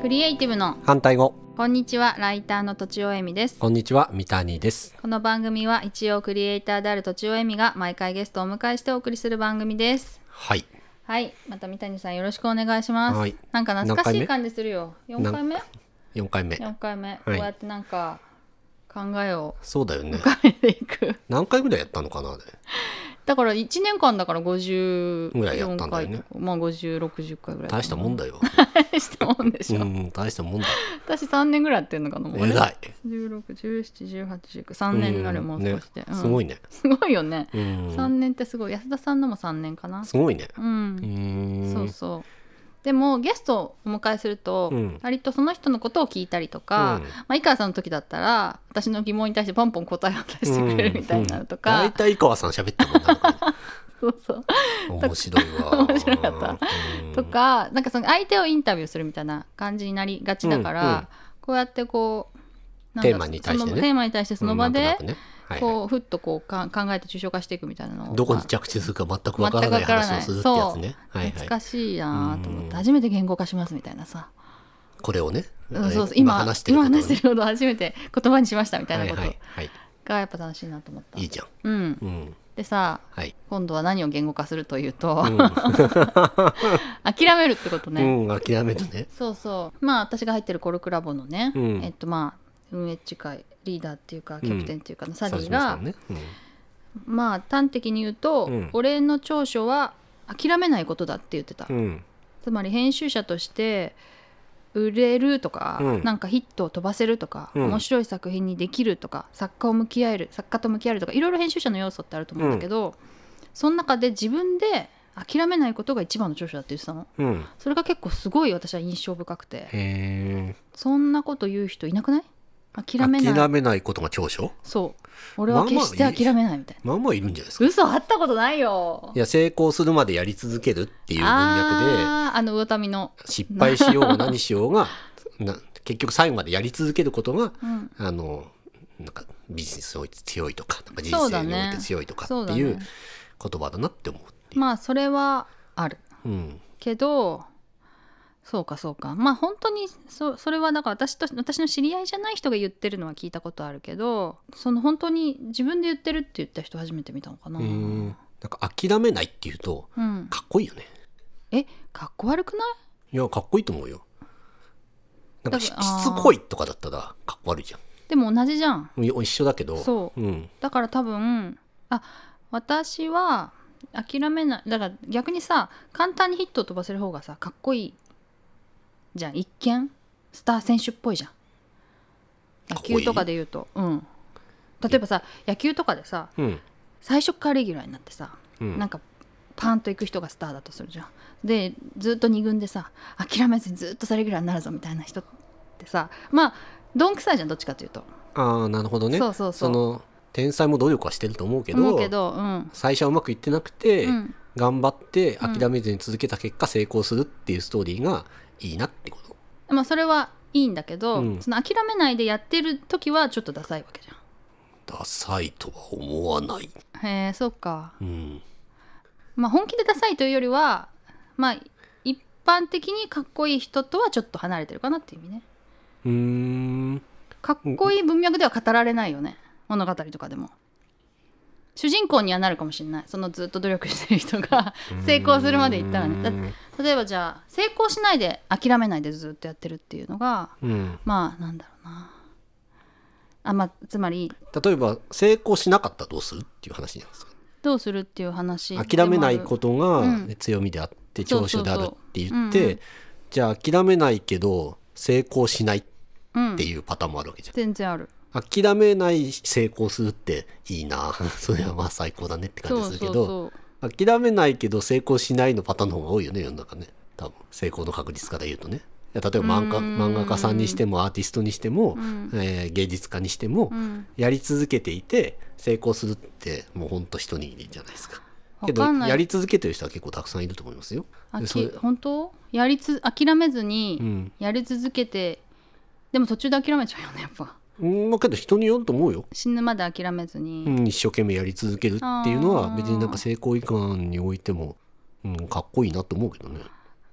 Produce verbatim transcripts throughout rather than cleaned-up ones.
クリエイティブの反対語。 こんにちは、ライターのとちおえみです。 こんにちは、三谷です。 この番組は一応クリエイターであるとちおえみが毎回ゲストをお迎えしてお送りする番組です。 はいはい、また三谷さんよろしくお願いします。 はい、 なんか懐かしい感じするよ。よんかいめよんかいめよんかいめ、 はい、 こうやってなんか考えをそうだよね、 深めていく何回ぐらいやったのかな。 だからいちねんかんだからごじゅうよんかいぐらいやったんだよね。 まあごじゅう、ろくじゅっかいぐらい。 大したもんだよ大したもんでしょ。 うん大したもんだ。 私さんねんぐらいやってんのかな。もうえらい。 じゅうろく、じゅうなな、じゅうはち、じゅうきゅう、さんねんになる、もう少しで、 ねうん、 すごいね。 すごいよね、 うん、 さんねんってすごい。安田さんのもさんねんかな。 すごいね。 うん、 うーんそうそう。でもゲストをお迎えすると、うん、割とその人のことを聞いたりとか、うんまあ、井川さんの時だったら私の疑問に対してポンポン答えを出してくれるみたいになるとか、 だいたい井川さん喋ったもんなそうそう面白いわ面白かった、うん、とかなんかその相手をインタビューするみたいな感じになりがちだから、うんうん、こうやってこうなんテーマに対してね、 そのテーマに対してその場で、 うんねはいはい、 こうふっとこうか考えて抽象化していくみたいなのをどこに着地するか全くわからない話をするってやつね。はいはい、 懐かしいなと思って初めて言語化しますみたいなさ。 これをね、 そうそう今話してること、ね、今話してることを初めて言葉にしましたみたいなことがやっぱ楽しいなと思った。 いいじゃん。 うん。うんでさ、はい、今度は何を言語化するというと、うん、諦めるってことね。 うん、諦めるね。 そうそう。まあ私が入ってるコルクラボのね、うん、えっとまあ運営っちかリーダーっていうかキャプテンっていうかのサリーが、うんねうん、まあ端的に言うと、うん、俺の長所は諦めないことだって言ってた。うん、つまり編集者として売れるとか、うん、なんかヒットを飛ばせるとか、うん、面白い作品にできるとか作家を向き合える作家と向き合えるとかいろいろ編集者の要素ってあると思うんだけど、うん、その中で自分で諦めないことが一番の長所だって言ってたの、うん、それが結構すごい私は印象深くて。へー、そんなこと言う人いなくない？諦めない諦めないことが長所？そう俺は決して諦めないみたいな。 まあまあいるんじゃないですか。 嘘あったことないよ。 いや成功するまでやり続けるっていう文脈で、 ああの魚民の失敗しようが何しようがな結局最後までやり続けることが、うん、あのなんかビジネスにおいて強いとか、なんか人生において強いとかっていう言葉だなって思うっていう。 まあそれはある、うん、けどそうかそうかまあ本当に そ, それはだから私と私の知り合いじゃない人が言ってるのは聞いたことあるけど、その本当に自分で言ってるって言った人初めて見たのかな。うんなんか諦めないっていうと、うん、かっこいいよね。 えかっこ悪くない？ いやかっこいいと思うよ。なんかしつこいとかだったらかっこ悪いじゃん。 でも同じじゃん。 一緒だけどそう、うん、だから多分あ私は諦めないだから逆にさ簡単にヒットを飛ばせる方がさかっこいいじゃん。一見スター選手っぽいじゃん野球とかで言うと。うん、例えばさ野球とかでさ、うん、最初からレギュラーになってさ、うん、なんかパーンと行く人がスターだとするじゃん。でずっとに軍でさ諦めずにずっとさレギュラーになるぞみたいな人ってさまあどんくさいじゃんどっちかというと。 ああなるほどね。そうそうそう。その天才も努力はしてると思うけど、思うけど、うん、最初はうまくいってなくて、うん、頑張って諦めずに続けた結果、うん、成功するっていうストーリーがいいなってこと。 まあそれはいいんだけど、うん、その諦めないでやってる時はちょっとダサいわけじゃん。 ダサいとは思わない。 へえそうか、うん、まあ本気でダサいというよりはまあ一般的にかっこいい人とはちょっと離れてるかなっていう意味ね。うーんかっこいい文脈では語られないよね物語とかでも。主人公にはなるかもしれないそのずっと努力してる人が成功するまでいったらね。だ例えばじゃあ成功しないで諦めないでずっとやってるっていうのが、うん、まあなんだろうなあ、まあ、つまり例えば成功しなかったらどうするっていう話なんですか。 どうするっていう話。 諦めないことが強みであって長所であるって言ってじゃあ諦めないけど成功しないっていうパターンもあるわけじゃん、うん、 全然ある。 諦めない成功するっていいなそれはまあ最高だねって感じするけど、そうそうそう諦めないけど成功しないのパターンの方が多いよね世の中ね。多分成功の確率から言うとね。例えば漫画、漫画家さんにしてもアーティストにしても、えー、芸術家にしても、うん、やり続けていて成功するってもうほんと一握りじゃないですか。けどやり続けてる人は結構たくさんいると思いますよ。 あき本当やりつ諦めずにやり続けて、うん、でも途中で諦めちゃうよねやっぱ。 うんまあ、けど人によると思うよ。 死ぬまで諦めずに、 うん、一生懸命やり続けるっていうのは別になんか成功以下においても、うん、かっこいいなと思うけどね。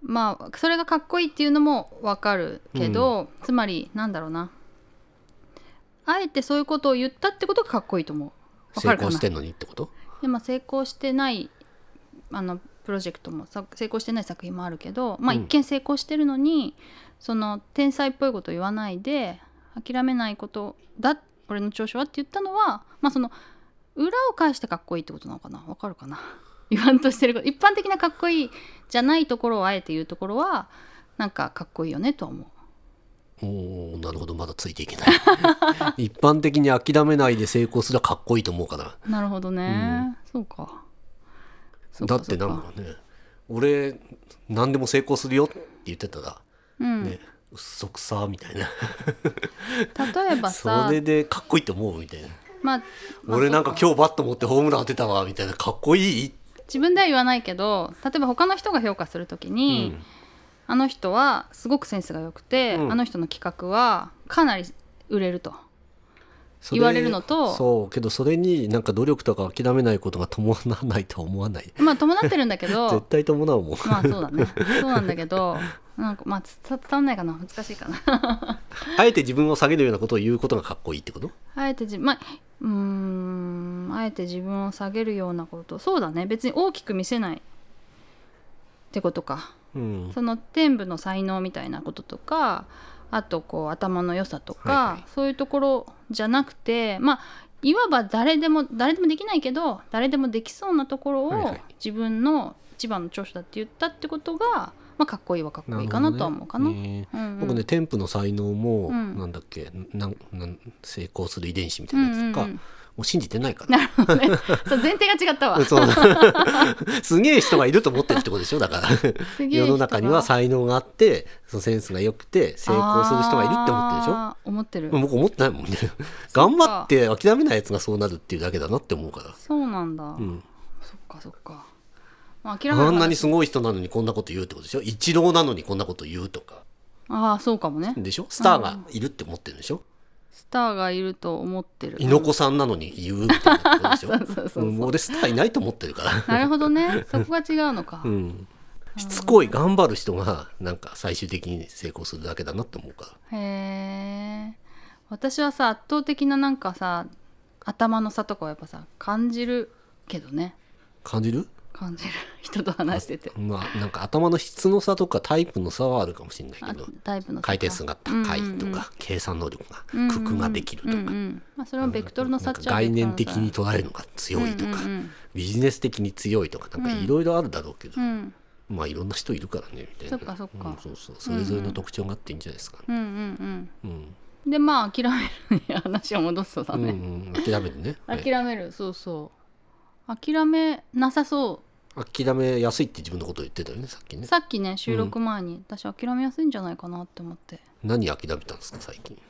まあそれがかっこいいっていうのも分かるけど、うん、つまりなんだろうな、あえてそういうことを言ったってことがかっこいいと思う。分かるかな。 成功してんのにってこと？ で、まあ、成功してないあのプロジェクトも成功してない作品もあるけど、まあ、一見成功してるのに、うん、その天才っぽいことを言わないで諦めないことだ俺の長所はって言ったのは、まあ、その裏を返してかっこいいってことなのかな。わかるかな。言わんとしてること、一般的なかっこいいじゃないところをあえて言うところはなんかかっこいいよねとは思う。 おー、なるほど、まだついていけない一般的に諦めないで成功するはかっこいいと思うかな。 なるほどね、うん、そうか。 だってなんかね、俺何でも成功するよって言ってたら、うんね、うっそくさみたいな例えばさそれでかっこいいと思うみたいな、 まあまあ、 俺なんか今日バット持ってホームラン当てたわみたいな、かっこいい。 自分では言わないけど、例えば他の人が評価するときに、うん、あの人はすごくセンスが良くて、うん、あの人の企画はかなり売れると言われるのと、 そうけどそれになんか努力とか諦めないことが伴わないとは思わない。 まあ伴ってるんだけど絶対伴うもん。 まあそうだね、そうなんだけどなんかまあ伝わんないかな、難しいかなあえて自分を下げるようなことを言うことがかっこいいってこと？ あえて自分、まあ、うーんあえて自分を下げるようなこと、そうだね、別に大きく見せないってことか、うん、その天賦の才能みたいなこととか、あとこう頭の良さとか、はいはい、そういうところじゃなくて、まあいわば誰でも誰でもできないけど誰でもできそうなところを自分の一番の長所だって言ったってことが、まあ、かっこいいはかっこいいかなとは思うかな。な、ねえーうんうん、僕ね、天賦の才能も、うん、なんだっけななん成功する遺伝子みたいなやつとか、うんうんうん、もう信じてないから。 なるほどね。そう前提が違ったわ。 そうすげえ人がいると思ってるってことでしょ。だから世の中には才能があってそのセンスが良くて成功する人がいるって思ってるでしょ。 思ってる。 僕思ってないもんね頑張って諦めないやつがそうなるっていうだけだなって思うから。 そうなんだ、うん、そっかそっか、まあ、諦めあんなにすごい人なのにこんなこと言うってことでしょ。イチローなのにこんなこと言うとか。 ああそうかもね。 でしょ。スターがいるって思ってるでしょ。 スターがいると思ってる。 猪子さんなのに言うみたいなことでしょそうそうそうそう、もう俺スターいないと思ってるからなるほどね、そこが違うのか、うん、 しつこい頑張る人がなんか最終的に成功するだけだなって思うから。 へえ。私はさ圧倒的ななんかさ頭の差とかはやっぱさ感じるけどね。 感じる感じる人と話してて、 まあなんか頭の質の差とかタイプの差はあるかもしれないけど、 タイプの差回転数が高いとか、うんうんうん、計算能力が九九ができるとか、うんうん、 まあ、それはベクトルの差っちゃ概念的に捉えるのが強いとか、うんうんうん、ビジネス的に強いとかなんかいろいろあるだろうけど、うん、まあいろんな人いるからねみたいな。 そっかそっか、 うん、そうそう、それぞれの特徴があっていいんじゃないですか、ね、うんうんうんうん、でまあ諦めるに話を戻すとだね、 うんうん、諦めるね諦める、そうそう諦めなさそう。 諦めやすいって自分のことを言ってたよねさっきね。 さっきね収録前に、うん、私諦めやすいんじゃないかなって思って。 何諦めたんですか最近。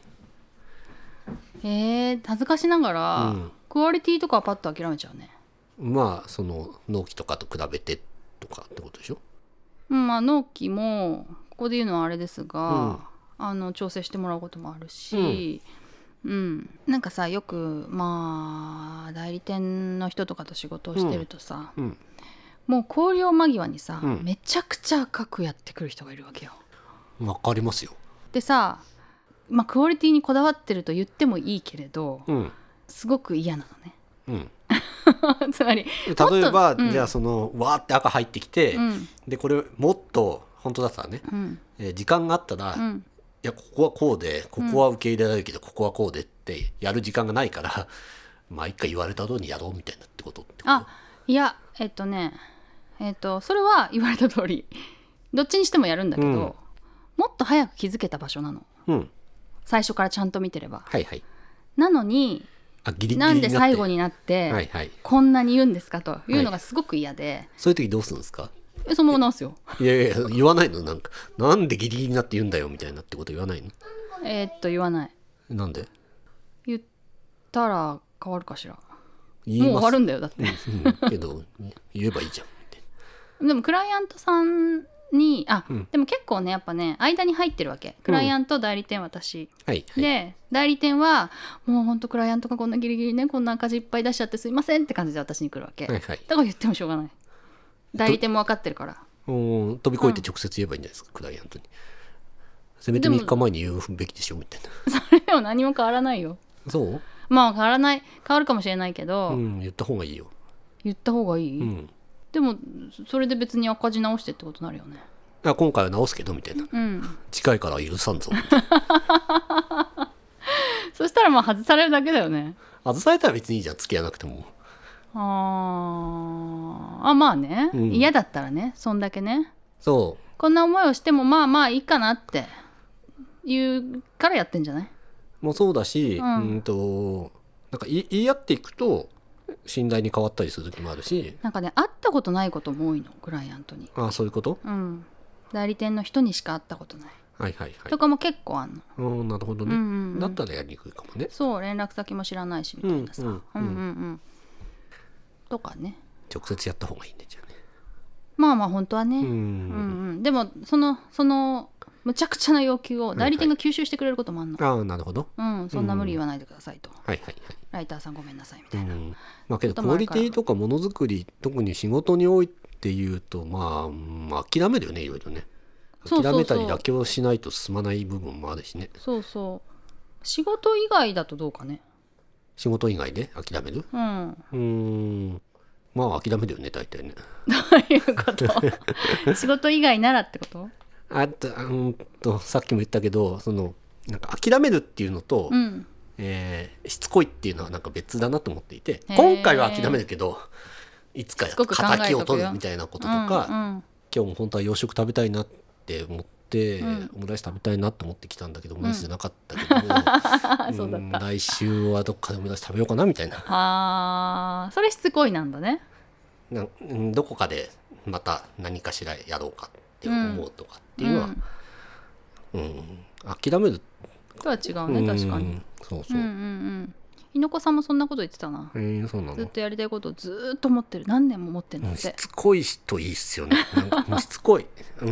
えー、恥ずかしながら、うん、クオリティとかはパッと諦めちゃうね。 まあその納期とかと比べてとかってことでしょ。 うん、まあ納期もここで言うのはあれですが、うん、あの調整してもらうこともあるし、うんうん、なんかさよくまあ代理店の人とかと仕事をしてるとさ、うんうん、もう考慮間際にさ、うん、めちゃくちゃ赤くやってくる人がいるわけよ。 わかりますよ。 でさ、まあ、クオリティにこだわってると言ってもいいけれど、うん、すごく嫌なのね、うん、つまり例えば、うん、じゃあそのわーって赤入ってきて、うん、でこれもっと本当だったらね、うんえー、時間があったら、うん、いやここはこうでここは受け入れられるけど、うん、ここはこうでってやる時間がないからまあ一回言われた通りにやろうみたいなってことってこと。 あいやえっとねえっとそれは言われた通りどっちにしてもやるんだけど、うん、もっと早く気づけた場所なの、うん、最初からちゃんと見てれば、はいはい、なのにあギリギリなんで最後になって、はいはい、こんなに言うんですかというのがすごく嫌で、はい、 そういう時どうするんですか。 えそのまま直すよ。 いやいや言わないの。なんかなんでギリギリになって言うんだよみたいなってこと言わないの。 えー、っと言わない。 なんで。 言ったら変わるかしら。もう終わるんだよだって、 うん、けど言えばいいじゃん。でもクライアントさんにあ、うん、でも結構ねやっぱね間に入ってるわけ。クライアント代理店私、うんはいはい、で代理店はもうほんとクライアントがこんなギリギリねこんな赤字いっぱい出しちゃってすいませんって感じで私に来るわけ、はいはい、だから言ってもしょうがない。代理店も分かってるから。 うん飛び越えて直接言えばいいんじゃないですか、うん、クライアントにせめてみっかまえに言うべきでしょみたいな。それでも何も変わらないよ。 そうまあ変わらない変わるかもしれないけど、 うん、言った方がいいよ。 言った方がいい、うん、でもそれで別に赤字直してってことになるよね。 あ今回は直すけどみたいな、うん、近いから許さんぞそしたらまあ外されるだけだよね。 外されたら別にいいじゃん、付き合わなくても。 ああまあね、うん、嫌だったらね、そんだけね、 そうこんな思いをしてもまあまあいいかなっていうからやってんじゃない。 もうそうだし、うん、うんとなんか言い合っていくと信頼に変わったりする時もあるし、 なんかね会ったことないことも多いの、クライアントに。 ああそういうこと、 うん、代理店の人にしか会ったことない、 はいはいはい、 とかも結構あんの。 うんなるほどね、うんうんうん、だったらやりにくいかもね。 そう連絡先も知らないしみたいなさ、うんうんうんうん、とかね。 直接やった方がいいねじゃあね。 まあまあ本当はね、うんうんうん、でもそのそのむちゃくちゃな要求を代理店が吸収してくれることもあるの、 はいはい、ああなるほど、 うん、そんな無理言わないでくださいと、 うん、はいはいはい、 ライターさんごめんなさいみたいな、うん、 まあけどクオリティとかものづくり特に仕事において言うと、まあ、まあ諦めるよねいろいろね。諦めたり妥協しないと進まない部分もあるしね。 そうそう仕事以外だとどうかね。 仕事以外で諦める、うん、うーんまあ諦めるよね大体ね。 どういうこと仕事以外ならってこと。 あとうんとさっきも言ったけどそのなんか諦めるっていうのと、うんえー、しつこいっていうのはなんか別だなと思っていて、今回は諦めるけどいつか敵を取るみたいなこととか、うんうん、今日も本当は洋食食べたいなって思って、うん、オムライス食べたいなと思ってきたんだけど、オムライスじゃなかったけど、うん、そうだった来週はどっかでオムライス食べようかなみたいな。 あそれしつこいなんだね。 などこかでまた何かしらやろうかって思うとかっていうのは、うんうん、諦めるとは違うね、確かに。 そうそう、うんうんうん、猪子さんもそんなこと言ってたな、 えー、そうなの。 ずっとやりたいことをずっと思ってる、何年も持ってるんだって。 しつこい人いいっすよね。なんかしつこい、うん、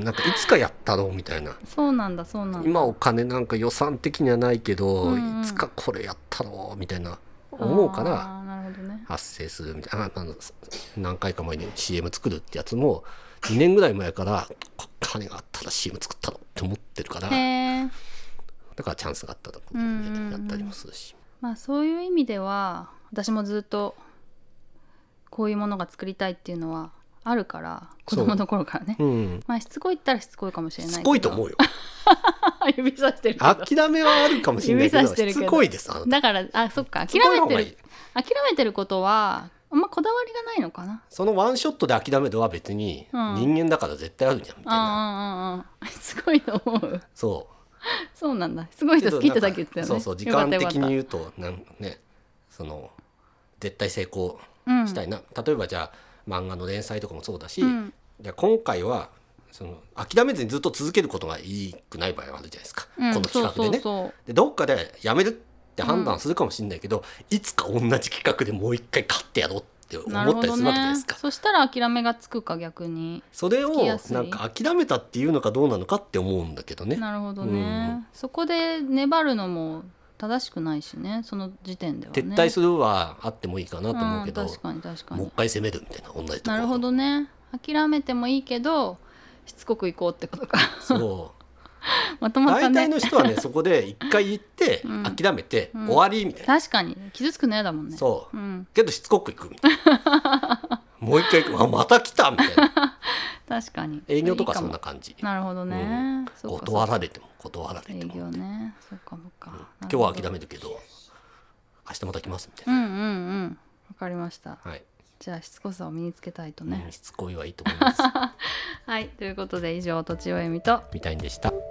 なんかいつかやったろうみたいな。 そうなんだそうなんだ。 今お金なんか予算的にはないけど、うんうん、いつかこれやったろうみたいな思うから発生するみたいな。あの何回か前に シーエム 作るってやつもにねんぐらい前から金があったら シーエム 作ったろって思ってるから、へだからチャンスがあったらやったりもするし、 まあそういう意味では私もずっとこういうものが作りたいっていうのはあるから、子供の頃からね、うん、まあしつこいったらしつこいかもしれないけど、 しつこいと思うよ指さしてるけど諦めはあるかもしれないけどしつこいです。あだからあそっか諦めてる諦めてることはあんまこだわりがないのかな。 そのワンショットで諦めるは別に人間だから絶対あるじゃんみたいな、 うん、すごいと思う。 そうそうなんだ、すごい人好きってだけ言ってたよね。 そうそう時間的に言うとなんねその絶対成功したいな、うん、例えばじゃあ漫画の連載とかもそうだし、うん、じゃあ今回はその諦めずにずっと続けることがいいくない場合はあるじゃないですか、うん、この企画でね。そうそうそうでどっかでやめるって判断するかもしれないけど、うん、いつか同じ企画でもう一回勝ってやろうって思ったりするわけじゃないですか、 ね、そしたら諦めがつくか逆にそれをなんか諦めたっていうのかどうなのかって思うんだけどね。 なるほどね、うん、そこで粘るのも正しくないしね、その時点ではね。撤退するはあってもいいかなと思うけど、 うん、確かに確かにもう一回攻めるみたいな同じところ。 なるほどね、諦めてもいいけどしつこくいこうってことか。 そうまとまったね。 大体の人はねそこで一回言って諦めて、うん、終わりみたいな、 確かに傷つくの嫌だもんね。 そう、 うん、 けどしつこくいくみたいなもう一回行く、あまた来たみたいな確かに営業とかそんな感じ。 なるほどね、 うん、そうか断られても断られても営業ね、そうかそうか、うん、 今日は諦めるけど明日また来ますみたいな。 うんうんうん、わかりました、 はい、 じゃあしつこさを身につけたいとね、 うん、しつこいはいいと思いますはい、ということで以上とちおえみとみたいんでした。